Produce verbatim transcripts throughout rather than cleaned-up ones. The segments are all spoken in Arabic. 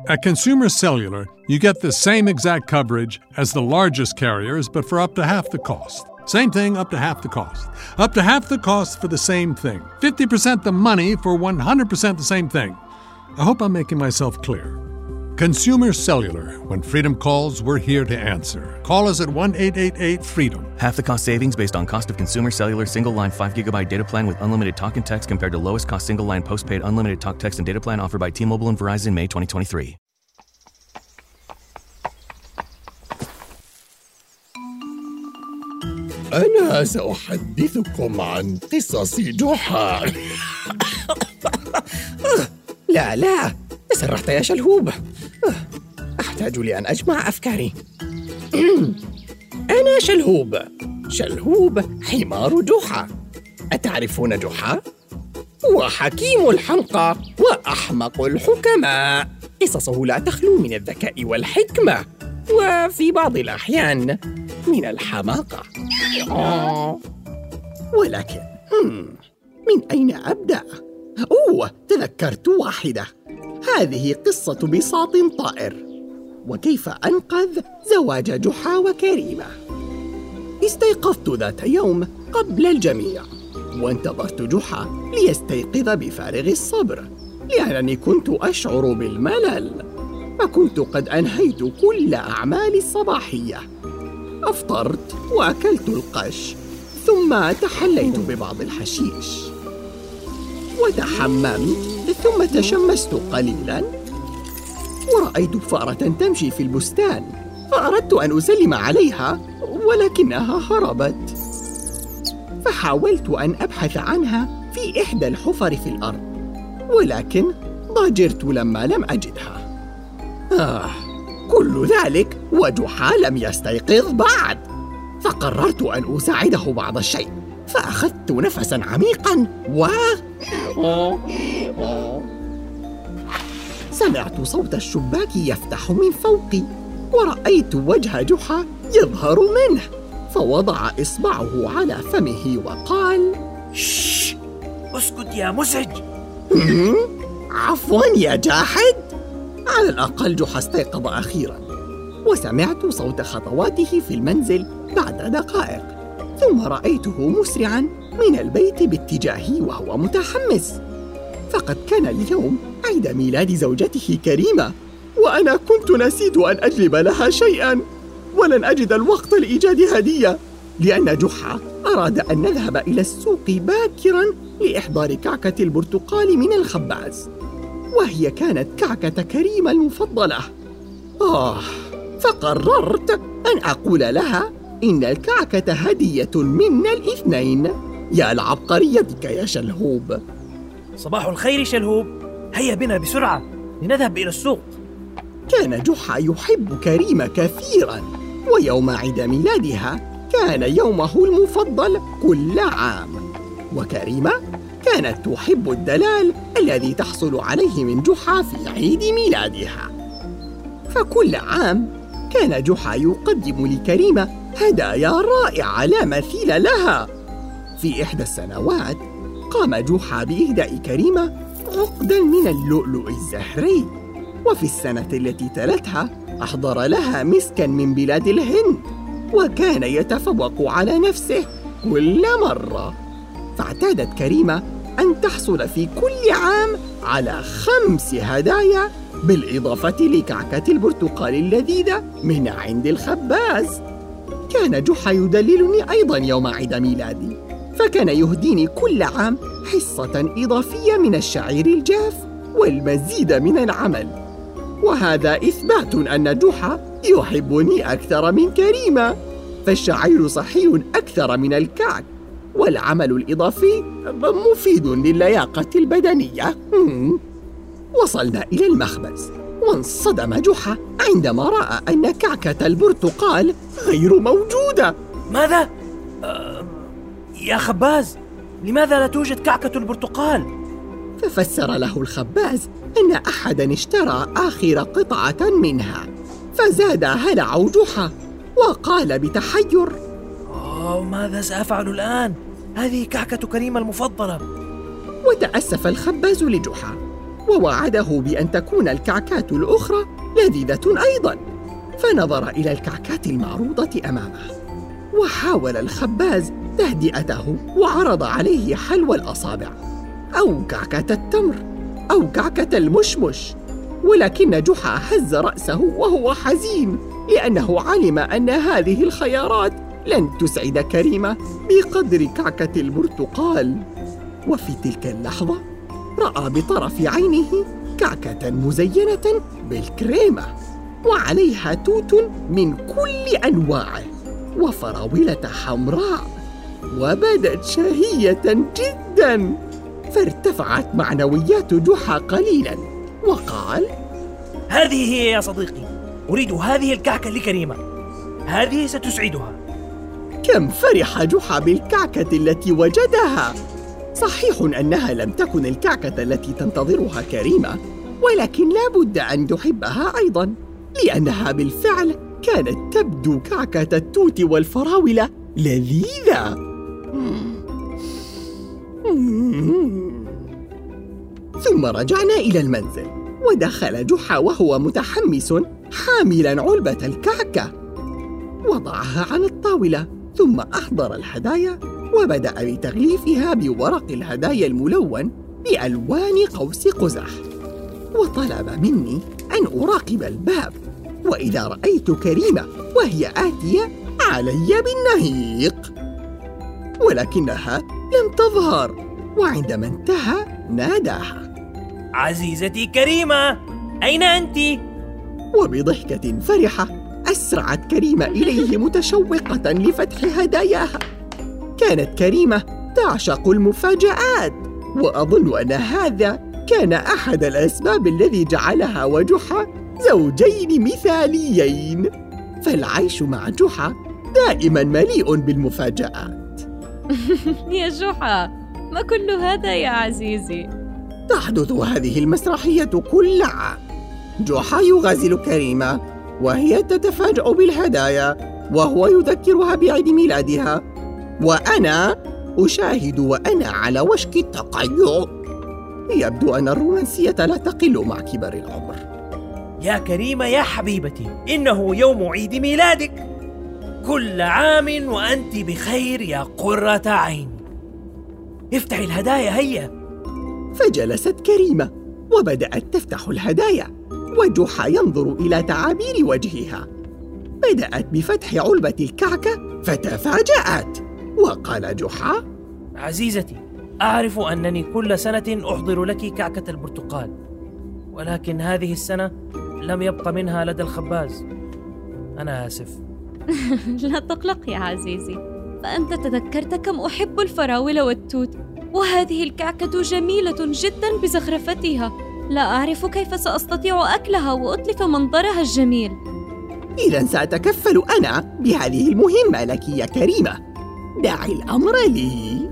At Consumer Cellular, you get the same exact coverage as the largest carriers, but for up to half the cost. Same thing, up to half the cost. Up to half the cost for the same thing. fifty percent the money for one hundred percent the same thing. I hope I'm making myself clear. Consumer Cellular. When freedom calls, we're here to answer. Call us at one eight eight eight freedom. Half the cost savings based on cost of Consumer Cellular single-line five gigabyte data plan with unlimited talk and text compared to lowest cost single-line postpaid unlimited talk, text, and data plan offered by T-Mobile and Verizon May twenty twenty-three. أنا سأحدثكم عن قصص جحا. لا لا تسرحت يا شلهوب. أحتاج لأن أجمع أفكاري. أنا شلهوب. شلهوب حمار جحا. أتعرفون جحا؟ هو حكيم الحمقى وأحمق الحكماء. قصصه لا تخلو من الذكاء والحكمة، وفي بعض الأحيان من الحماقة. ولكن من أين أبدأ؟ أوه، تذكرت واحدة. هذه قصة بساط طائر، وكيف أنقذ زواج جحا وكريمة. استيقظت ذات يوم قبل الجميع، وانتظرت جحا ليستيقظ بفارغ الصبر، لأنني كنت أشعر بالملل، فكنت قد أنهيت كل أعمالي الصباحية. أفطرت وأكلت القش، ثم تحليت ببعض الحشيش، وتحممت، ثم تشمست قليلاً، ورأيت فأرة تمشي في البستان، فأردت أن أسلم عليها، ولكنها هربت. فحاولت أن أبحث عنها في إحدى الحفر في الأرض، ولكن ضجرت لما لم أجدها. آه، كل ذلك وجحا لم يستيقظ بعد، فقررت أن أساعده بعض الشيء، فأخذت نفساً عميقاً و سمعت صوت الشباك يفتح من فوقي، ورأيت وجه جحا يظهر منه، فوضع إصبعه على فمه وقال: شش، اسكت يا مزعج. عفواً يا جاحد. على الأقل جحا استيقظ أخيراً، وسمعت صوت خطواته في المنزل بعد دقائق، ثم رأيته مسرعاً من البيت باتجاهي وهو متحمس، فقد كان اليوم عيد ميلاد زوجته كريمة، وأنا كنت نسيت أن أجلب لها شيئاً، ولن أجد الوقت لإيجاد هدية، لأن جحا أراد أن نذهب إلى السوق باكراً لإحضار كعكة البرتقال من الخباز، وهي كانت كعكة كريمة المفضلة. آه، فقررت أن أقول لها إن الكعكة هدية منا الاثنين. يا لعبقريتك يا شلهوب. صباح الخير شلهوب، هيا بنا بسرعة لنذهب إلى السوق. كان جحا يحب كريمة كثيراً، ويوم عيد ميلادها كان يومه المفضل كل عام، وكريمة كانت تحب الدلال الذي تحصل عليه من جحا في عيد ميلادها. فكل عام كان جحا يقدم لكريمة هدايا رائعة لا مثيل لها. في إحدى السنوات قام جحا بإهداء كريمة عقداً من اللؤلؤ الزهري، وفي السنة التي تلتها أحضر لها مسكاً من بلاد الهند، وكان يتفوق على نفسه كل مرة. فاعتادت كريمة أن تحصل في كل عام على خمس هدايا، بالإضافة لكعكة البرتقال اللذيذة من عند الخباز. كان جحا يدللني أيضاً يوم عيد ميلادي، فكان يهديني كل عام حصة إضافية من الشعير الجاف والمزيد من العمل، وهذا إثبات أن جحا يحبني أكثر من كريمة، فالشعير صحي أكثر من الكعك، والعمل الإضافي مفيد للياقة البدنية. وصلنا إلى المخبز، وانصدم جحا عندما رأى أن كعكة البرتقال غير موجودة. ماذا؟ أه يا خباز، لماذا لا توجد كعكة البرتقال؟ ففسر له الخباز أن أحداً اشترى آخر قطعة منها، فزاد هلع جحا وقال بتحير: أوه، ماذا سأفعل الآن؟ هذه كعكة كريمة المفضلة. وتأسف الخباز لجحا، ووعده بأن تكون الكعكات الأخرى لذيذة أيضاً. فنظر إلى الكعكات المعروضة أمامه، وحاول الخباز تهدئته وعرض عليه حلوى الأصابع أو كعكة التمر أو كعكة المشمش، ولكن جحا هز رأسه وهو حزين لأنه علم أن هذه الخيارات لن تسعد كريمة بقدر كعكة البرتقال. وفي تلك اللحظة رأى بطرف عينه كعكة مزينة بالكريمة وعليها توت من كل أنواعه وفراولة حمراء، وبدت شهية جداً. فارتفعت معنويات جحا قليلاً وقال: هذه هي يا صديقي، أريد هذه الكعكة لكريمة، هذه ستسعدها. كم فرح جحا بالكعكة التي وجدها. صحيح أنها لم تكن الكعكة التي تنتظرها كريمة، ولكن لا بد أن تحبها أيضاً، لأنها بالفعل كانت تبدو كعكة التوت والفراولة لذيذة. ثم رجعنا إلى المنزل، ودخل جحا وهو متحمس حاملاً علبة الكعكة. وضعها على الطاولة، ثم أحضر الهدايا وبدأ بتغليفها بورق الهدايا الملون بألوان قوس قزح، وطلب مني أن أراقب الباب، وإذا رأيت كريمة وهي آتية علي بالنهيق، ولكنها لم تظهر. وعندما انتهى ناداها: عزيزتي كريمة، أين أنت؟ وبضحكة فرحة أسرعت كريمة إليه متشوقة لفتح هداياها. كانت كريمة تعشق المفاجآت، وأظن أن هذا كان أحد الأسباب الذي جعلها وجحا زوجين مثاليين. فالعيش مع جحا دائما مليء بالمفاجآت. يا جحا، ما كل هذا يا عزيزي؟ تحدث هذه المسرحية كل عام. جحا يغازل كريمة وهي تتفاجأ بالهدايا، وهو يذكرها بعيد ميلادها، وأنا أشاهد وأنا على وشك التقيؤ. يبدو أن الرومانسية لا تقل مع كبر العمر. يا كريمة يا حبيبتي، إنه يوم عيد ميلادك، كل عام وأنت بخير يا قرة عين. افتحي الهدايا هيا. فجلست كريمة وبدأت تفتح الهدايا، وجحا ينظر إلى تعابير وجهها. بدأت بفتح علبة الكعكة فتفاجأت، وقال جحا: عزيزتي، أعرف أنني كل سنة أحضر لك كعكة البرتقال، ولكن هذه السنة لم يبق منها لدى الخباز. أنا آسف. لا تقلق يا عزيزي، فأنت تذكرت كم أحب الفراولة والتوت، وهذه الكعكة جميلة جدا بزخرفتها. لا أعرف كيف سأستطيع أكلها وأتلف منظرها الجميل. إذن سأتكفل أنا بهذه المهمة لك يا كريمة، دعي الأمر لي.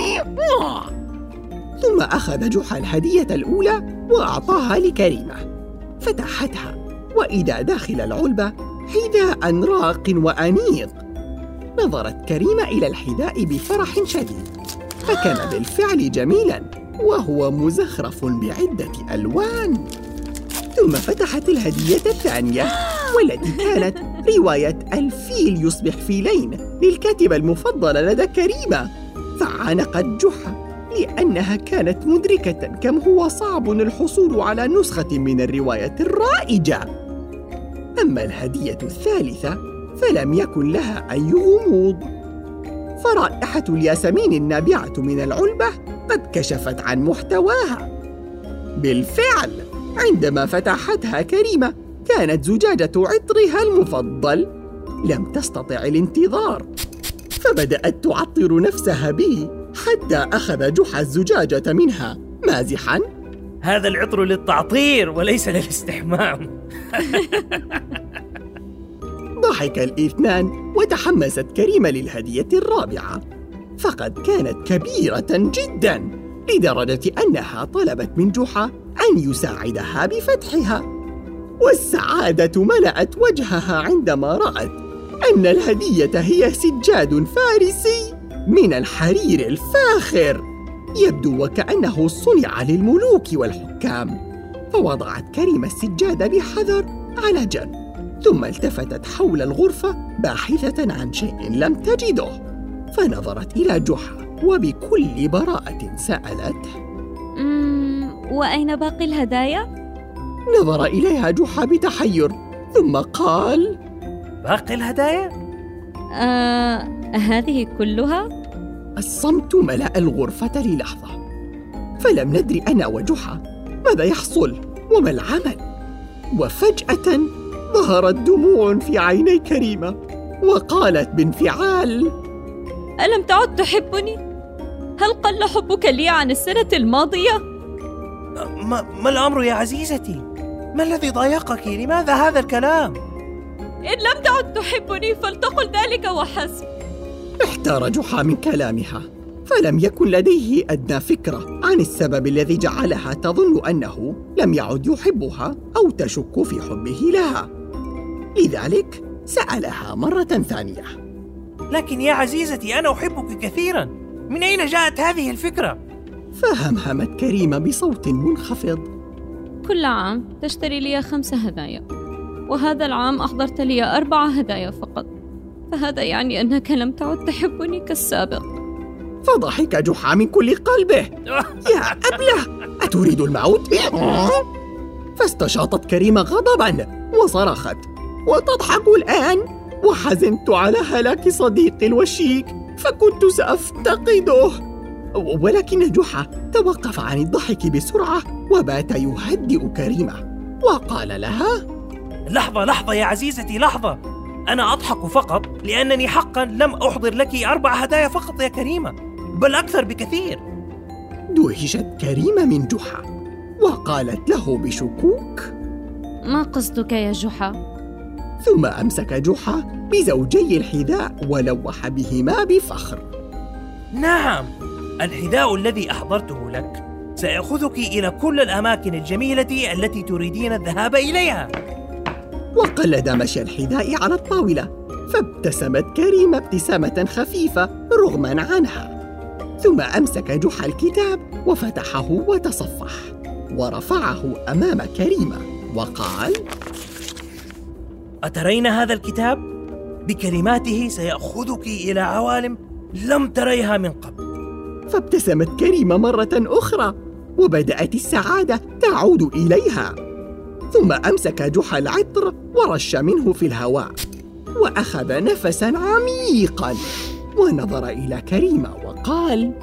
ثم أخذ جحا الهدية الأولى وأعطاها لكريمة. فتحتها وإذا داخل العلبة حذاء راق وأنيق. نظرت كريمة إلى الحذاء بفرح شديد، فكان بالفعل جميلاً وهو مزخرف بعدة ألوان. ثم فتحت الهدية الثانية، والتي كانت رواية الفيل يصبح فيلين للكاتبة المفضلة لدى كريمة. فعانقت جحا لأنها كانت مدركة كم هو صعب الحصول على نسخة من الرواية الرائجة. أما الهدية الثالثة فلم يكن لها أي غموض، فرائحة الياسمين النابعة من العلبة قد كشفت عن محتواها. بالفعل عندما فتحتها كريمة كانت زجاجة عطرها المفضل. لم تستطع الانتظار، فبدأت تعطر نفسها به حتى أخذ جحا الزجاجة منها مازحاً: هذا العطر للتعطير وليس للاستحمام. ضحك الاثنان، وتحمست كريمة للهدية الرابعة، فقد كانت كبيرة جداً لدرجة أنها طلبت من جحا أن يساعدها بفتحها. والسعادة ملأت وجهها عندما رأت أن الهدية هي سجاد فارسي من الحرير الفاخر، يبدو وكأنه صنع للملوك والحكام. فوضعت كريمة السجادة بحذر على جنب، ثم التفتت حول الغرفة باحثة عن شيء لم تجده، فنظرت إلى جحا وبكل براءة سألته: مم، وأين باقي الهدايا؟ نظر إليها جحا بتحير ثم قال: باقي الهدايا؟ آه، هذه كلها؟ الصمت ملأ الغرفة للحظة، فلم ندري أنا وجحا ماذا يحصل وما العمل. وفجأة ظهرت دموع في عيني كريمة وقالت بانفعال: ألم تعد تحبني؟ هل قل حبك لي عن السنة الماضية؟ ما, ما الأمر يا عزيزتي؟ ما الذي ضايقك؟ لماذا هذا الكلام؟ إن لم تعد تحبني فلتقل ذلك وحسب. احتار جحا من كلامها، فلم يكن لديه أدنى فكرة عن السبب الذي جعلها تظن أنه لم يعد يحبها أو تشك في حبه لها، لذلك سألها مرة ثانية: لكن يا عزيزتي أنا أحبك كثيراً، من أين جاءت هذه الفكرة؟ فهمهمت كريمة بصوت منخفض: كل عام تشتري لي خمس هدايا، وهذا العام أحضرت لي أربع هدايا فقط، فهذا يعني أنك لم تعد تحبني كالسابق. فضحك جحا من كل قلبه: يا أبله، أتريد الموت؟ فاستشاطت كريمة غضباً وصرخت: وتضحك الآن؟ وحزنت على هلاك صديقي الوشيك، فكنت سأفتقده. ولكن جحا توقف عن الضحك بسرعة وبات يهدئ كريمة وقال لها: لحظة لحظة يا عزيزتي، لحظة. أنا أضحك فقط لأنني حقا لم أحضر لك أربع هدايا فقط يا كريمة، بل أكثر بكثير. دهشت كريمة من جحا وقالت له بشكوك: ما قصدك يا جحا؟ ثم أمسك جحا بزوجي الحذاء ولوح بهما بفخر: نعم، الحذاء الذي أحضرته لك سيأخذك إلى كل الأماكن الجميلة التي تريدين الذهاب إليها. وقلد مشي الحذاء على الطاولة، فابتسمت كريمة ابتسامة خفيفة رغما عنها، ثم أمسك جحا الكتاب وفتحه وتصفح ورفعه أمام كريمة وقال: أترين هذا الكتاب؟ بكلماته سيأخذك إلى عوالم لم تريها من قبل. فابتسمت كريمة مرة أخرى وبدأت السعادة تعود إليها، ثم أمسك جحا العطر ورش منه في الهواء وأخذ نفساً عميقاً ونظر إلى كريمة وقال: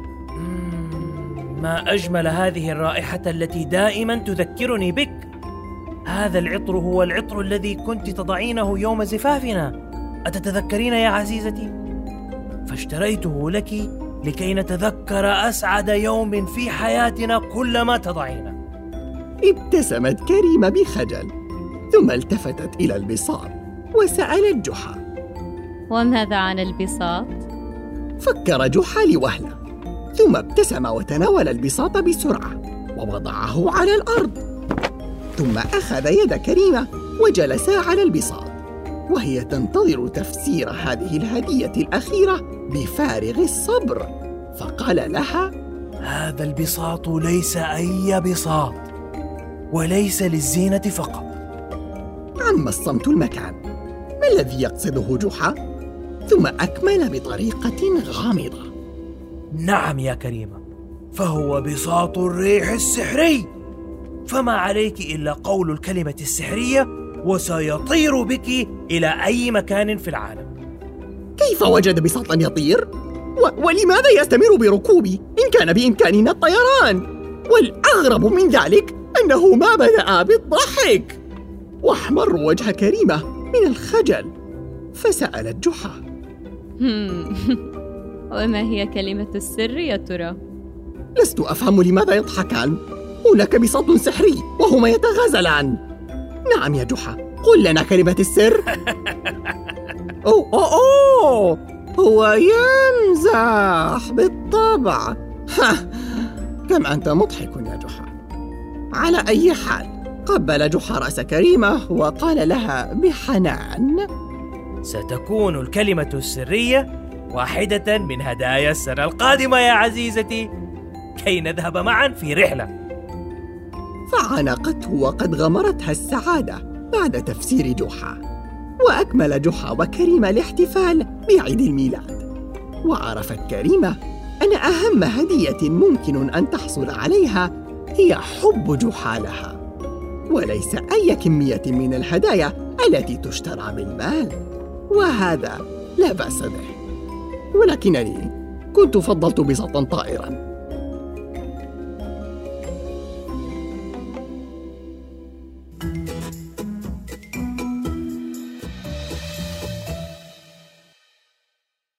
ما أجمل هذه الرائحة التي دائماً تذكرني بك. هذا العطر هو العطر الذي كنت تضعينه يوم زفافنا، أتتذكرين يا عزيزتي؟ فاشتريته لك لكي نتذكر أسعد يوم في حياتنا كلما تضعينه. ابتسمت كريمة بخجل ثم التفتت إلى البساط وسألت جحا: وماذا عن البساط؟ فكر جحا لوهلة ثم ابتسم وتناول البساط بسرعة ووضعه على الأرض، ثم أخذ يد كريمة وجلسا على البساط وهي تنتظر تفسير هذه الهدية الأخيرة بفارغ الصبر، فقال لها: هذا البساط ليس أي بساط وليس للزينة فقط. عم الصمت المكان. ما الذي يقصده جحا؟ ثم أكمل بطريقة غامضة: نعم يا كريمة، فهو بساط الريح السحري، فما عليك إلا قول الكلمة السحرية وسيطير بك إلى أي مكان في العالم. كيف وجد بساطا يطير؟ و- ولماذا يستمر بركوبي إن كان بإمكاننا الطيران؟ والأغرب من ذلك أنه ما بدأ بالضحك. واحمر وجه كريمة من الخجل فسألت جحا: وما هي كلمة السر يا ترى؟ لست أفهم لماذا يضحكان، هناك بساط سحري وهما يتغازلان. نعم يا جحا، قل لنا كلمة السر. أوه أوه أوه هو يمزح بالطبع. كم أنت مضحك يا جحا. على أي حال، قبل جحا رأس كريمة وقال لها بحنان: ستكون الكلمة السرية واحدة من هدايا السنة القادمة يا عزيزتي، كي نذهب معا في رحلة. فعانقته وقد غمرتها السعادة بعد تفسير جحا. وأكمل جحا وكريمة الاحتفال بعيد الميلاد. وعرفت كريمة أن أهم هدية ممكن أن تحصل عليها هي حب جحا لها، وليس أي كمية من الهدايا التي تشترى بالمال، وهذا لا بأس به. ولكنني كنت فضلت بسطاً طائراً